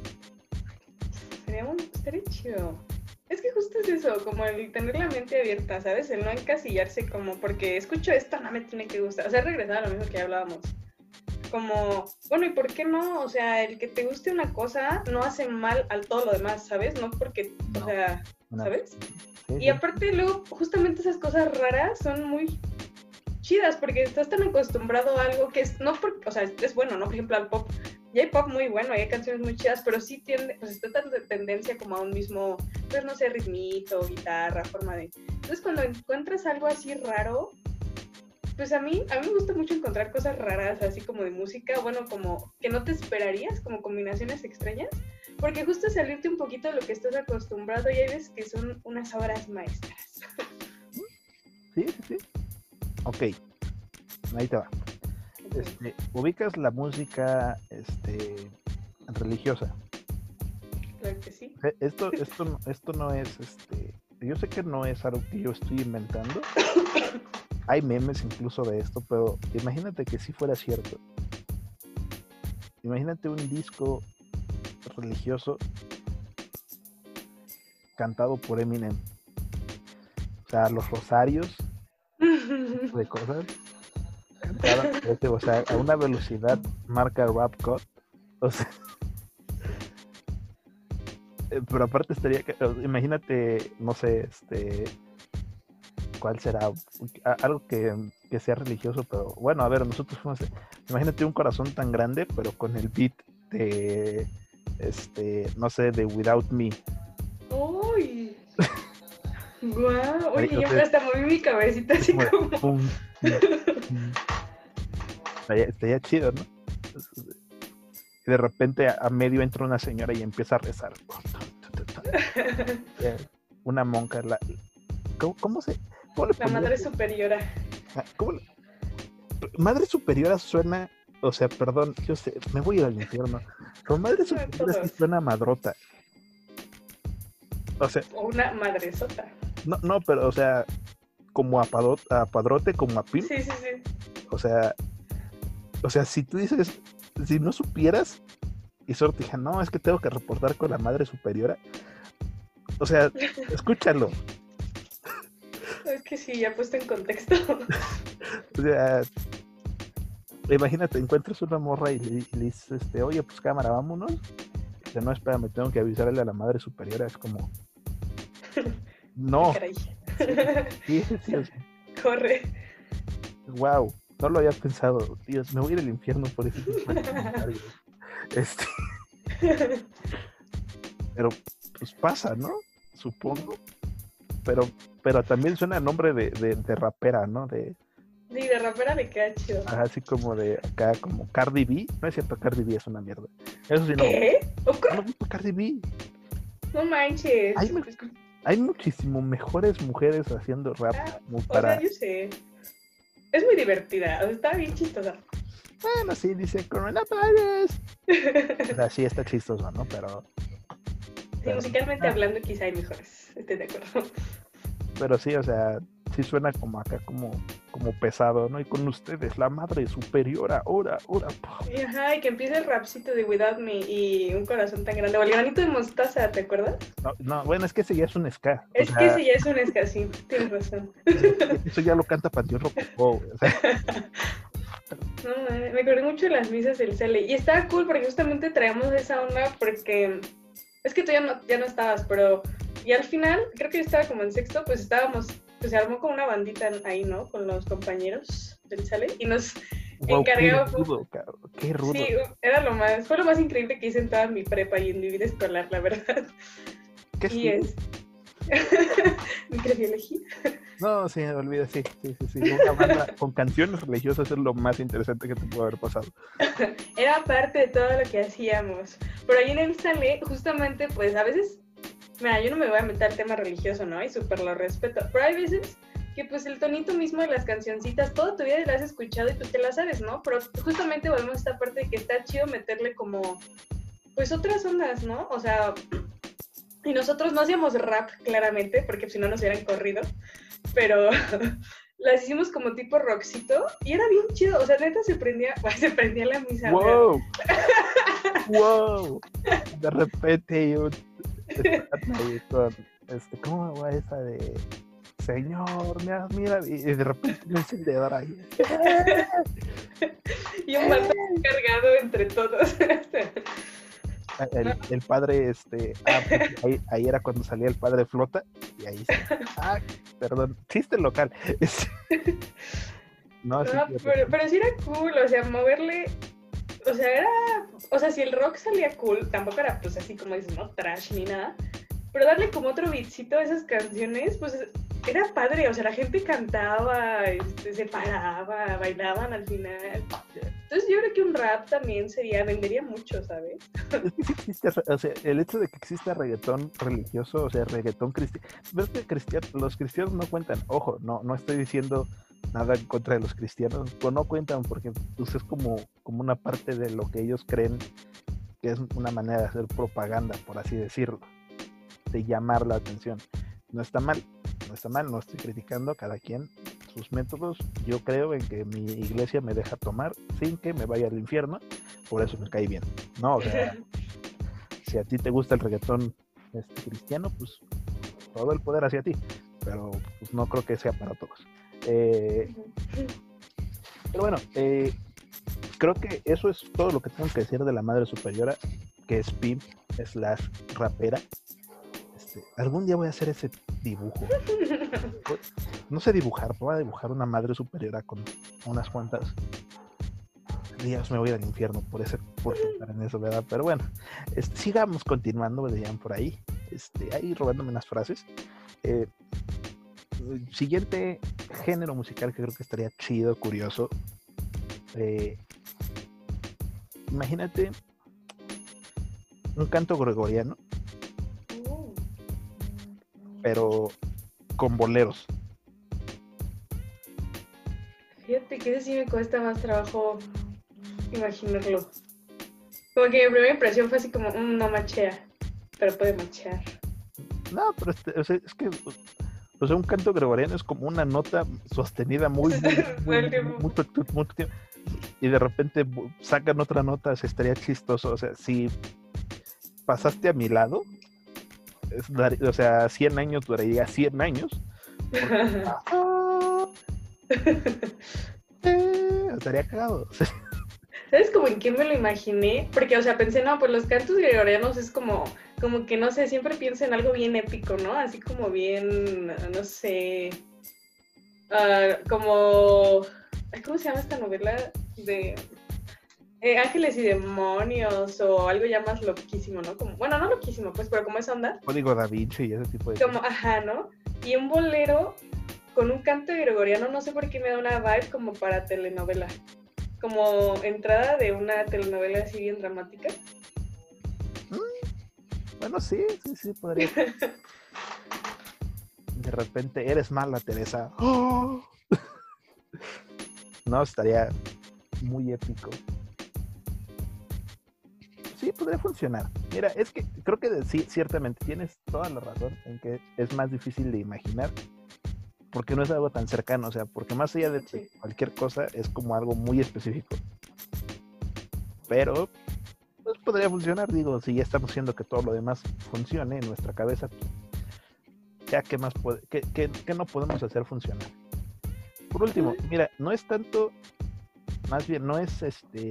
Estaría chido. Es que justo es eso, como el tener la mente abierta, ¿sabes? El no encasillarse como porque escucho esto, no me tiene que gustar. O sea, regresar a lo mismo que hablábamos. Como, bueno, ¿y por qué no? O sea, el que te guste una cosa no hace mal a todo lo demás, ¿sabes? No porque, No, o sea, ¿sabes? Sí, y aparte luego, justamente esas cosas raras son muy chidas porque estás tan acostumbrado a algo que es, no porque, o sea, es bueno, ¿no? Por ejemplo, al pop. Y hay pop muy bueno, hay canciones muy chidas, pero sí tiende, pues está tan de tendencia como a un mismo, pues no sé, ritmito, guitarra, forma de... Entonces cuando encuentras algo así raro, pues a mí me gusta mucho encontrar cosas raras, así como de música, bueno, como que no te esperarías, como combinaciones extrañas, porque justo salirte un poquito de lo que estás acostumbrado y hay veces que son unas obras maestras. Sí. Ok, ahí te va. ¿Ubicas la música religiosa? Claro que sí. Esto no es, yo sé que no es algo que yo estoy inventando. Hay memes incluso de esto, pero imagínate que si fuera cierto. Imagínate un disco religioso cantado por Eminem. O sea, los rosarios de cosas cantadas, o sea, a una velocidad marca Rap God. O sea, pero aparte imagínate, no sé, ¿cuál será? Algo que sea religioso, pero bueno, a ver, nosotros fuimos, imagínate un corazón tan grande, pero con el beat de, no sé, de Without Me. ¡Uy! ¡Guau! Oye, yo hasta moví mi cabecita así como... Pum. Estaría chido, ¿no? Y de repente a medio entra una señora y empieza a rezar. Una monja, ¿cómo la madre superiora. Madre superiora suena, o sea, perdón, yo sé, me voy a ir al infierno. Pero madre superiora sí suena madrota. O sea, o una madresota. No, pero, o sea, como a padrote, como a pimp. Sí. O sea, si tú dices, si no supieras, y solo te dije, no, es que tengo que reportar con la madre superiora. O sea, escúchalo. Es que sí, ya puesto en contexto. O sea, imagínate, encuentras una morra y le dices, oye, pues cámara, vámonos. Dice, no, espérame, tengo que avisarle a la madre superiora. Es como, no. Sí. Corre. Wow, no lo había pensado. Dios, me voy a ir al infierno por ese tipo de comentarios. pero pues pasa, ¿no? Supongo. Pero también suena a nombre de rapera, ¿no? Sí, de rapera le queda chido. Así como de acá, como Cardi B. No es cierto, Cardi B es una mierda. Eso sí no. ¿Qué? No me gusta Cardi B. No manches. Hay muchísimo mejores mujeres haciendo rap. O sea, yo sé. Es muy divertida, o sea, está bien chistosa. Bueno, sí, dice coronavirus. O sea, sí está chistoso, ¿no? Pero musicalmente hablando quizá hay mejores, estoy de acuerdo. Pero sí, o sea, sí suena como acá, como pesado, ¿no? Y con ustedes, la madre superior, ahora. Ajá, y que empiece el rapcito de Without Me y un corazón tan grande. O el granito de mostaza, ¿te acuerdas? No, bueno, es que ese ya es un ska. Es que ese ya es un ska, sí, tienes razón. Eso ya lo canta Panteón Rococó, o sea. No, me acordé mucho de las misas del Cele. Y estaba cool porque justamente traemos esa onda porque... Es que tú ya no estabas, pero... Y al final, creo que yo estaba como en sexto, pues estábamos... Pues se armó como una bandita ahí, ¿no? Con los compañeros del Sale. Y nos encargábamos... Qué rudo. Sí, fue lo más increíble que hice en toda mi prepa y en mi vida escolar, la verdad. ¿Qué y es... Microbiología. No, sí, olvida, sí. Una banda con canciones religiosas es lo más interesante que te pudo haber pasado. Era parte de todo lo que hacíamos. Pero ahí en el Sale, justamente, pues a veces, mira, yo no me voy a meter al tema religioso, ¿no? Y súper lo respeto. Pero hay veces que pues el tonito mismo de las cancioncitas, toda tu vida las has escuchado y tú te las sabes, ¿no? Pero justamente volvemos a esta parte de que está chido meterle como, pues otras ondas, ¿no? O sea... Y nosotros no hacíamos rap, claramente, porque si no nos hubieran corrido, pero las hicimos como tipo rockcito y era bien chido, o sea, neta se prendía la misa. ¡Wow! ¡Wow! De repente yo ¿cómo va esa de Señor, mira, y de repente un encendedor ahí. Y un manto cargado entre todos. El padre, ahí era cuando salía el padre Flota, y ahí perdón, chiste local. Pero sí era cool, o sea, moverle, o sea, si el rock salía cool, tampoco era pues así como dices, no trash ni nada, pero darle como otro beatcito a esas canciones, pues era padre, o sea, la gente cantaba, se paraba, bailaban al final. Entonces yo creo que un rap también vendería mucho, ¿sabes? Es que sí existe, o sea, el hecho de que exista reggaetón religioso, o sea, reggaetón cristiano, ves que los cristianos no cuentan, ojo, no estoy diciendo nada en contra de los cristianos, pues no cuentan porque pues, es como una parte de lo que ellos creen que es una manera de hacer propaganda, por así decirlo, de llamar la atención. No está mal, no estoy criticando a cada quien sus métodos. Yo creo en que mi iglesia me deja tomar sin que me vaya al infierno, por eso me cae bien, ¿no? O sea, si a ti te gusta el reggaetón cristiano, pues todo el poder hacia ti, pero pues no creo que sea para todos. Pero bueno, creo que eso es todo lo que tengo que decir de la Madre Superiora, que es pimp / rapera. Algún día voy a hacer ese dibujo. No sé dibujar, voy a dibujar una Madre Superiora con unas cuantas. Dios, me voy al infierno por pensar en eso, ¿verdad? Pero bueno, sigamos continuando, me dirían por ahí. Ahí robándome unas frases. Siguiente género musical que creo que estaría chido, curioso. Imagínate un canto gregoriano, pero con boleros. Fíjate que ese sí me cuesta más trabajo imaginarlo. Como que mi primera impresión fue así como, no machea, pero puede machear. No, pero o sea, es que o sea, un canto gregoriano es como una nota sostenida mucho tiempo. Y de repente sacan otra nota, se estaría chistoso. O sea, si pasaste a mi lado, o sea, 100 años duraría 100 años. Estaría cagado. ¿Sabes como en qué me lo imaginé? Porque, o sea, pensé, no, pues los cantos gregorianos es como que, no sé, siempre pienso en algo bien épico, ¿no? Así como bien, no sé, como... ¿Cómo se llama esta novela? Ángeles y demonios o algo ya más loquísimo, ¿no? Como, bueno, no loquísimo, pues, pero como esa onda. Código Da Vinci y ese tipo de Como, ajá, ¿no? Y un bolero con un canto gregoriano, no sé por qué me da una vibe como para telenovela. Como entrada de una telenovela así bien dramática. Bueno, sí, podría. De repente, eres mala, Teresa. ¡Oh! No, estaría muy épico. Sí, podría funcionar. Mira, es que creo que sí, ciertamente tienes toda la razón en que es más difícil de imaginar porque no es algo tan cercano, o sea, porque más allá de cualquier cosa es como algo muy específico. Pero pues podría funcionar, digo, si ya estamos haciendo que todo lo demás funcione en nuestra cabeza, ya qué más qué no podemos hacer funcionar. Por último, mira, no es tanto, más bien no es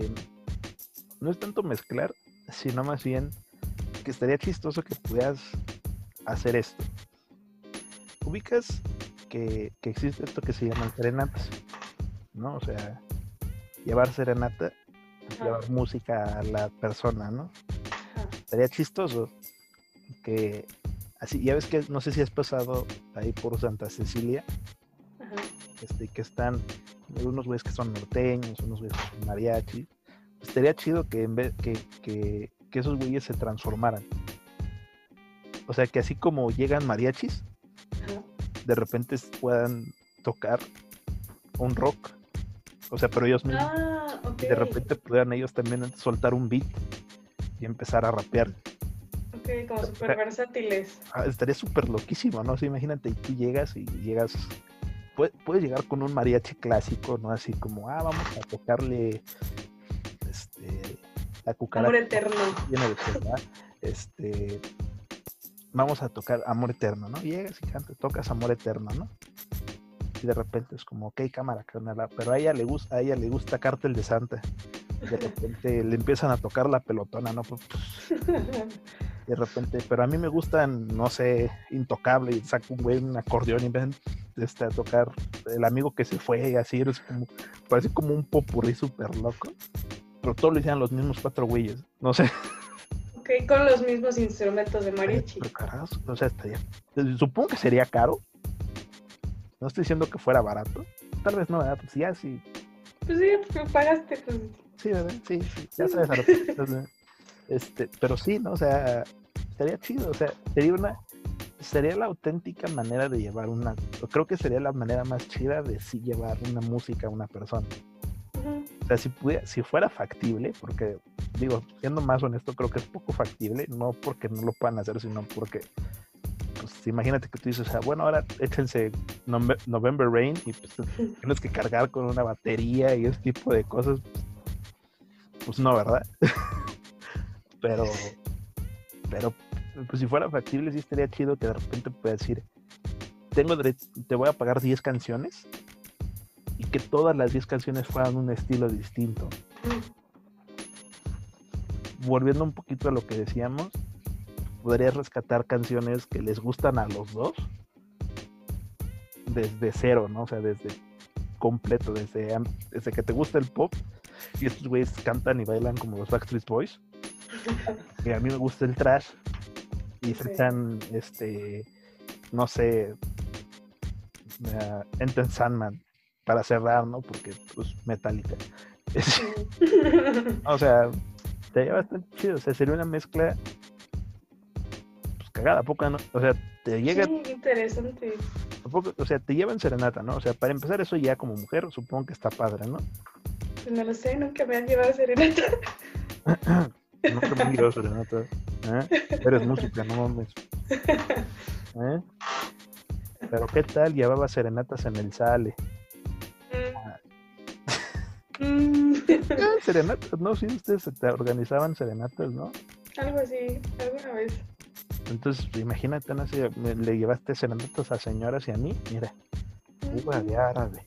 tanto mezclar, sino más bien que estaría chistoso que pudieras hacer esto. Ubicas que existe esto que se llaman serenatas, ¿no? O sea, llevar serenata, llevar música a la persona, ¿no? Estaría chistoso que así, ya ves que no sé si has pasado ahí por Santa Cecilia, que están unos güeyes que son norteños, unos güeyes que son mariachi. Estaría chido que en vez que esos güeyes se transformaran. O sea, que así como llegan mariachis, de repente puedan tocar un rock. O sea, pero ellos mismos. Y de repente puedan ellos también soltar un beat y empezar a rapear. Ok, como súper versátiles. Estaría súper loquísimo, ¿no? O sea, imagínate, y tú llegas. Puedes llegar con un mariachi clásico, ¿no? Así como, vamos a tocarle la cucaracha. Amor eterno. Vamos a tocar Amor Eterno, ¿no? Llegas y tocas Amor Eterno, ¿no? Y de repente es como, ok, cámara, carnal, pero a ella le gusta Cártel de Santa. De repente le empiezan a tocar la pelotona, ¿no? De repente, pero a mí me gustan, no sé, Intocable, y saco un güey un acordeón y empiezan a tocar El Amigo que se fue, y así eres como, parece como un popurrí súper loco, pero todos lo hicieron los mismos 4 güeyes, no sé. Ok, con los mismos instrumentos de mariachi. Pero carajo, o sea, supongo que sería caro. No estoy diciendo que fuera barato. Tal vez no, ¿verdad? Pues ya sí. Pues sí, pues pagaste, pues. Sí, ¿verdad? Sí, ya sabes a lo que estás, pero sí, ¿no? O sea, estaría chido, o sea, sería la auténtica manera de llevar creo que sería la manera más chida de sí llevar una música a una persona. O sea, si fuera factible, porque digo, siendo más honesto, creo que es poco factible, no porque no lo puedan hacer, sino porque pues imagínate que tú dices, bueno, ahora échense November Rain y pues tienes que cargar con una batería y ese tipo de cosas, pues no, ¿verdad? pero pues si fuera factible sí estaría chido que de repente puedas decir, te voy a pagar 10 canciones y que todas las 10 canciones fueran un estilo distinto. Volviendo un poquito a lo que decíamos, podrías rescatar canciones que les gustan a los dos desde cero, ¿no? O sea, desde completo, desde que te gusta el pop y estos güeyes cantan y bailan como los Backstreet Boys, que a mí me gusta el trash y se echan no sé, Enter Sandman para cerrar, ¿no? Porque pues Metallica. O sea, estaría bastante chido, o sea, sería una mezcla pues cagada, poca, ¿no? O sea, te llega... Sí, interesante. O sea, te llevan serenata, ¿no? O sea, para empezar eso ya como mujer, supongo que está padre, ¿no? Pues no lo sé, nunca me han llevado serenata. Nunca me han llevado serenata. Eres música, no mames. Pero ¿qué tal? Llevaba serenatas en el Sale. Serenatas, ¿no? Sí, ustedes organizaban serenatas, ¿no? Algo así, alguna vez. Entonces, imagínate, no sé, le llevaste serenatas a señoras y a mí, mira, uva de árabe.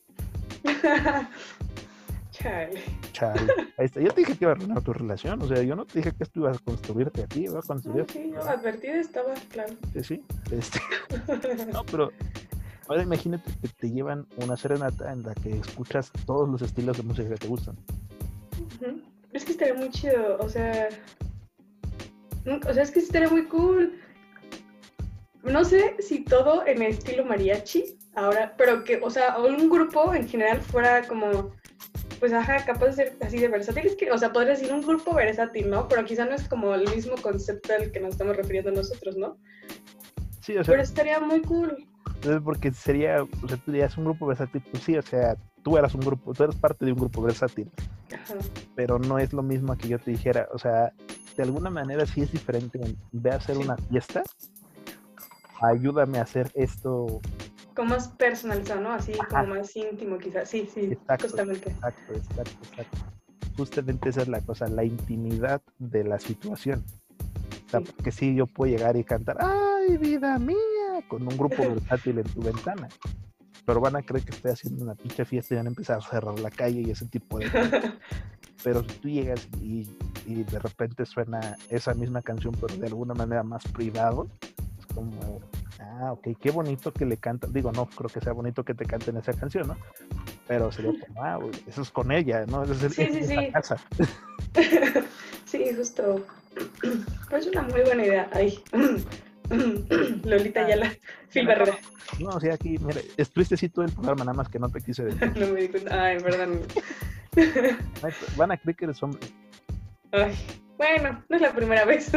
Chale. Ahí está. Yo te dije que iba a arruinar tu relación, o sea, yo no te dije que esto iba a construirte a ti, iba a construir. No, sí, yo advertida estaba, claro. Sí. No, pero ahora imagínate que te llevan una serenata en la que escuchas todos los estilos de música que te gustan. Es que estaría muy chido, o sea, es que sí estaría muy cool. No sé si todo en estilo mariachi ahora, pero que, o sea, un grupo en general fuera como, pues ajá, capaz de ser así de versátil. Es que, o sea, podría decir un grupo versátil, ¿no? Pero quizá no es como el mismo concepto al que nos estamos refiriendo nosotros, ¿no? Sí, o sea, pero estaría muy cool. Porque sería, o sea, tú dirías un grupo versátil, pues sí, o sea, tú eres parte de un grupo versátil. Ajá. Pero no es lo mismo que yo te dijera, o sea, de alguna manera sí es diferente. Ve a hacer una fiesta, ayúdame a hacer esto. Como más personalizado, ¿no? Así como más íntimo quizás. Sí, exacto, justamente. Exacto. Justamente esa es la cosa, la intimidad de la situación. O sea, porque sí, yo puedo llegar y cantar, ¡ay, vida mía!, con un grupo versátil en tu ventana. Pero van a creer que estoy haciendo una pinche fiesta y van a empezar a cerrar la calle y ese tipo de cosas. Pero si tú llegas y de repente suena esa misma canción, pero de alguna manera más privado, es como, ok, qué bonito que le cantan. Digo, no creo que sea bonito que te canten esa canción, ¿no? Pero sería como, eso es con ella, ¿no? Sí. Casa. Sí, justo. Pues es una muy buena idea. Ay. Lolita Ayala, Phil Barrera. No, o sea, aquí, mira, estuviste así todo el programa, nada más que no te quise decir. No me di cuenta. Ay, perdón. Van a creer que eres hombre. Ay, bueno, no es la primera vez.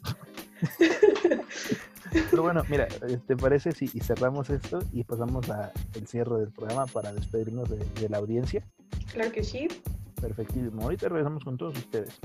Pero bueno, mira, ¿te parece si cerramos esto y pasamos al cierre del programa para despedirnos de la audiencia? Claro que sí. Perfectísimo. Ahorita regresamos con todos ustedes.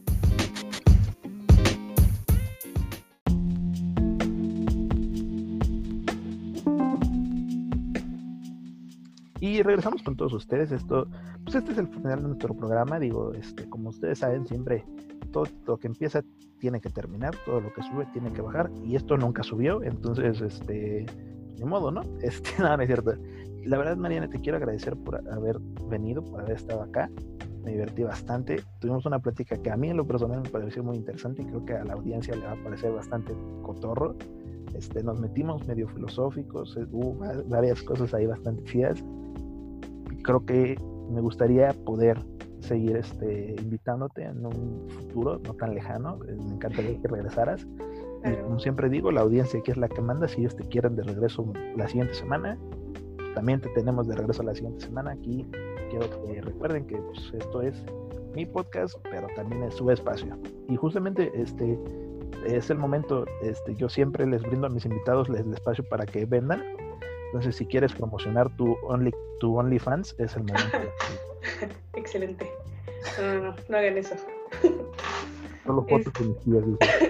Y regresamos con todos ustedes. Pues este es el final de nuestro programa. Digo, como ustedes saben, siempre todo lo que empieza tiene que terminar, todo lo que sube tiene que bajar, y esto nunca subió, entonces, ni modo, ¿no? No es cierto. La verdad, Mariana, te quiero agradecer por haber venido, por haber estado acá. Me divertí bastante. Tuvimos una plática que a mí en lo personal me pareció muy interesante y creo que a la audiencia le va a parecer bastante cotorro. Nos metimos medio filosóficos, hubo varias cosas ahí bastante chidas. Creo que me gustaría poder seguir invitándote en un futuro no tan lejano. Me encantaría que regresaras. Y como siempre digo, la audiencia aquí es la que manda. Si ellos te quieren de regreso la siguiente semana, también te tenemos de regreso la siguiente semana. Aquí quiero que recuerden que pues, esto es mi podcast, pero también es su espacio. Y justamente es el momento. Yo siempre les brindo a mis invitados el espacio para que vendan. Entonces, si quieres promocionar tu OnlyFans, es el momento. Excelente. No hagan eso. Solo fotos de mis pies.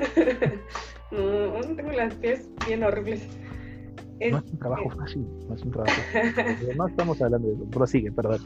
No, tengo las pies bien horribles. No es un trabajo fácil, no es un trabajo. No estamos hablando de eso, prosigue, perdón.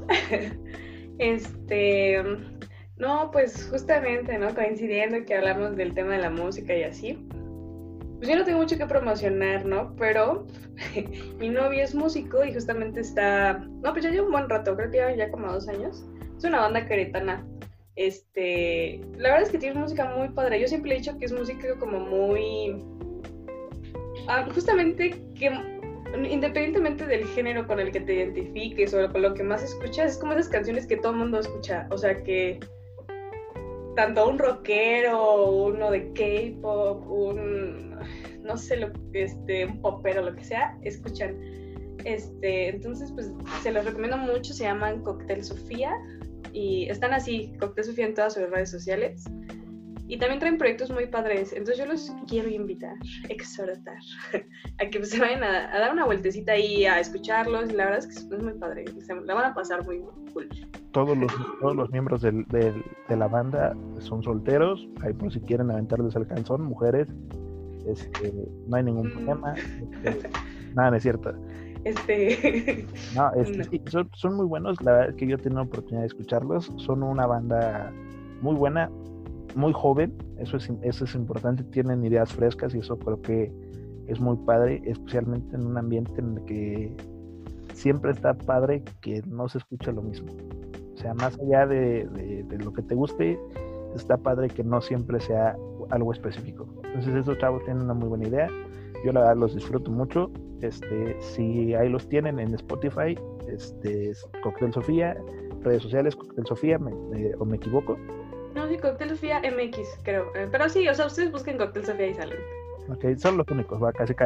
No, pues justamente, ¿no? Coincidiendo que hablamos del tema de la música y así. Pues yo no tengo mucho que promocionar, ¿no? Pero mi novio es músico y justamente no, pues ya lleva un buen rato, creo que ya como 2 años. Es una banda queretana. La verdad es que tiene música muy padre. Yo siempre he dicho que es música como muy... justamente que independientemente del género con el que te identifiques o con lo que más escuchas, es como esas canciones que todo el mundo escucha. O sea que tanto un rockero, uno de K-pop, no sé, un popero, lo que sea, escuchan. Entonces, pues, se los recomiendo mucho, se llaman Cóctel Sofía, y están así, Cóctel Sofía en todas sus redes sociales, y también traen proyectos muy padres. Entonces yo los quiero invitar, exhortar, a que se vayan a dar una vueltecita ahí, a escucharlos. La verdad es que es muy padre, la van a pasar muy cool. Todos los miembros de la banda son solteros, ahí por si quieren aventarles el calzón, mujeres, no hay ningún problema. Nada, no es cierto. No, sí, son muy buenos. La verdad es que yo he tenido la oportunidad de escucharlos. Son una banda muy buena, muy joven, eso es importante. Tienen ideas frescas y eso creo que es muy padre, especialmente en un ambiente en el que siempre está padre que no se escuche lo mismo. O sea, más allá de lo que te guste, está padre que no siempre sea algo específico. Entonces estos chavos tienen una muy buena idea. Yo la verdad los disfruto mucho. Si ahí los tienen en Spotify, Cóctel Sofía, redes sociales, Cóctel Sofía, o me equivoco. No, sí, Cóctel Sofía MX, creo. Pero sí, o sea, ustedes busquen Cóctel Sofía y salen. Ok, son los únicos, va, casi.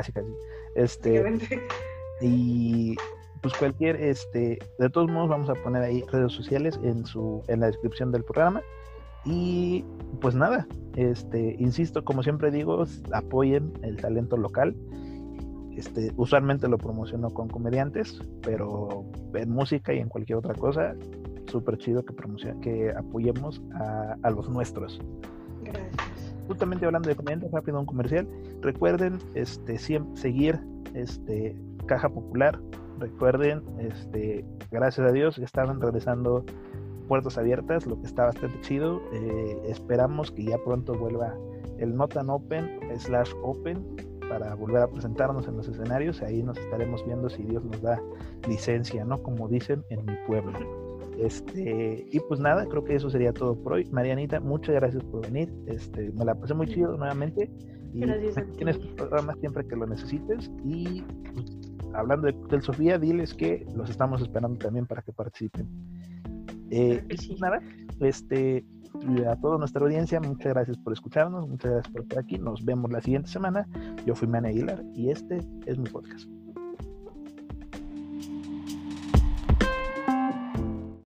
Y pues cualquier, de todos modos vamos a poner ahí redes sociales en la descripción del programa. Y pues nada, insisto, como siempre digo, apoyen el talento local. Usualmente lo promociono con comediantes, pero en música y en cualquier otra cosa, súper chido que apoyemos a los nuestros. Gracias. Justamente hablando de comediantes, rápido un comercial. Recuerden siempre seguir Caja Popular. Recuerden, gracias a Dios están regresando Puertas Abiertas, lo que está bastante chido. Esperamos que ya pronto vuelva el Not Tan Open /Open para volver a presentarnos en los escenarios. Ahí nos estaremos viendo si Dios nos da licencia, ¿no? Como dicen en mi pueblo. Y pues nada, creo que eso sería todo por hoy. Marianita, muchas gracias por venir. Me la pasé muy chido nuevamente. Y gracias a ti. Tienes tu programa siempre que lo necesites. Y pues, hablando de Cóctel Sofía, diles que los estamos esperando también para que participen. Sí. Nada, a toda nuestra audiencia, muchas gracias por escucharnos, muchas gracias por estar aquí. Nos vemos la siguiente semana. Yo fui Manny Aguilar y este es mi podcast.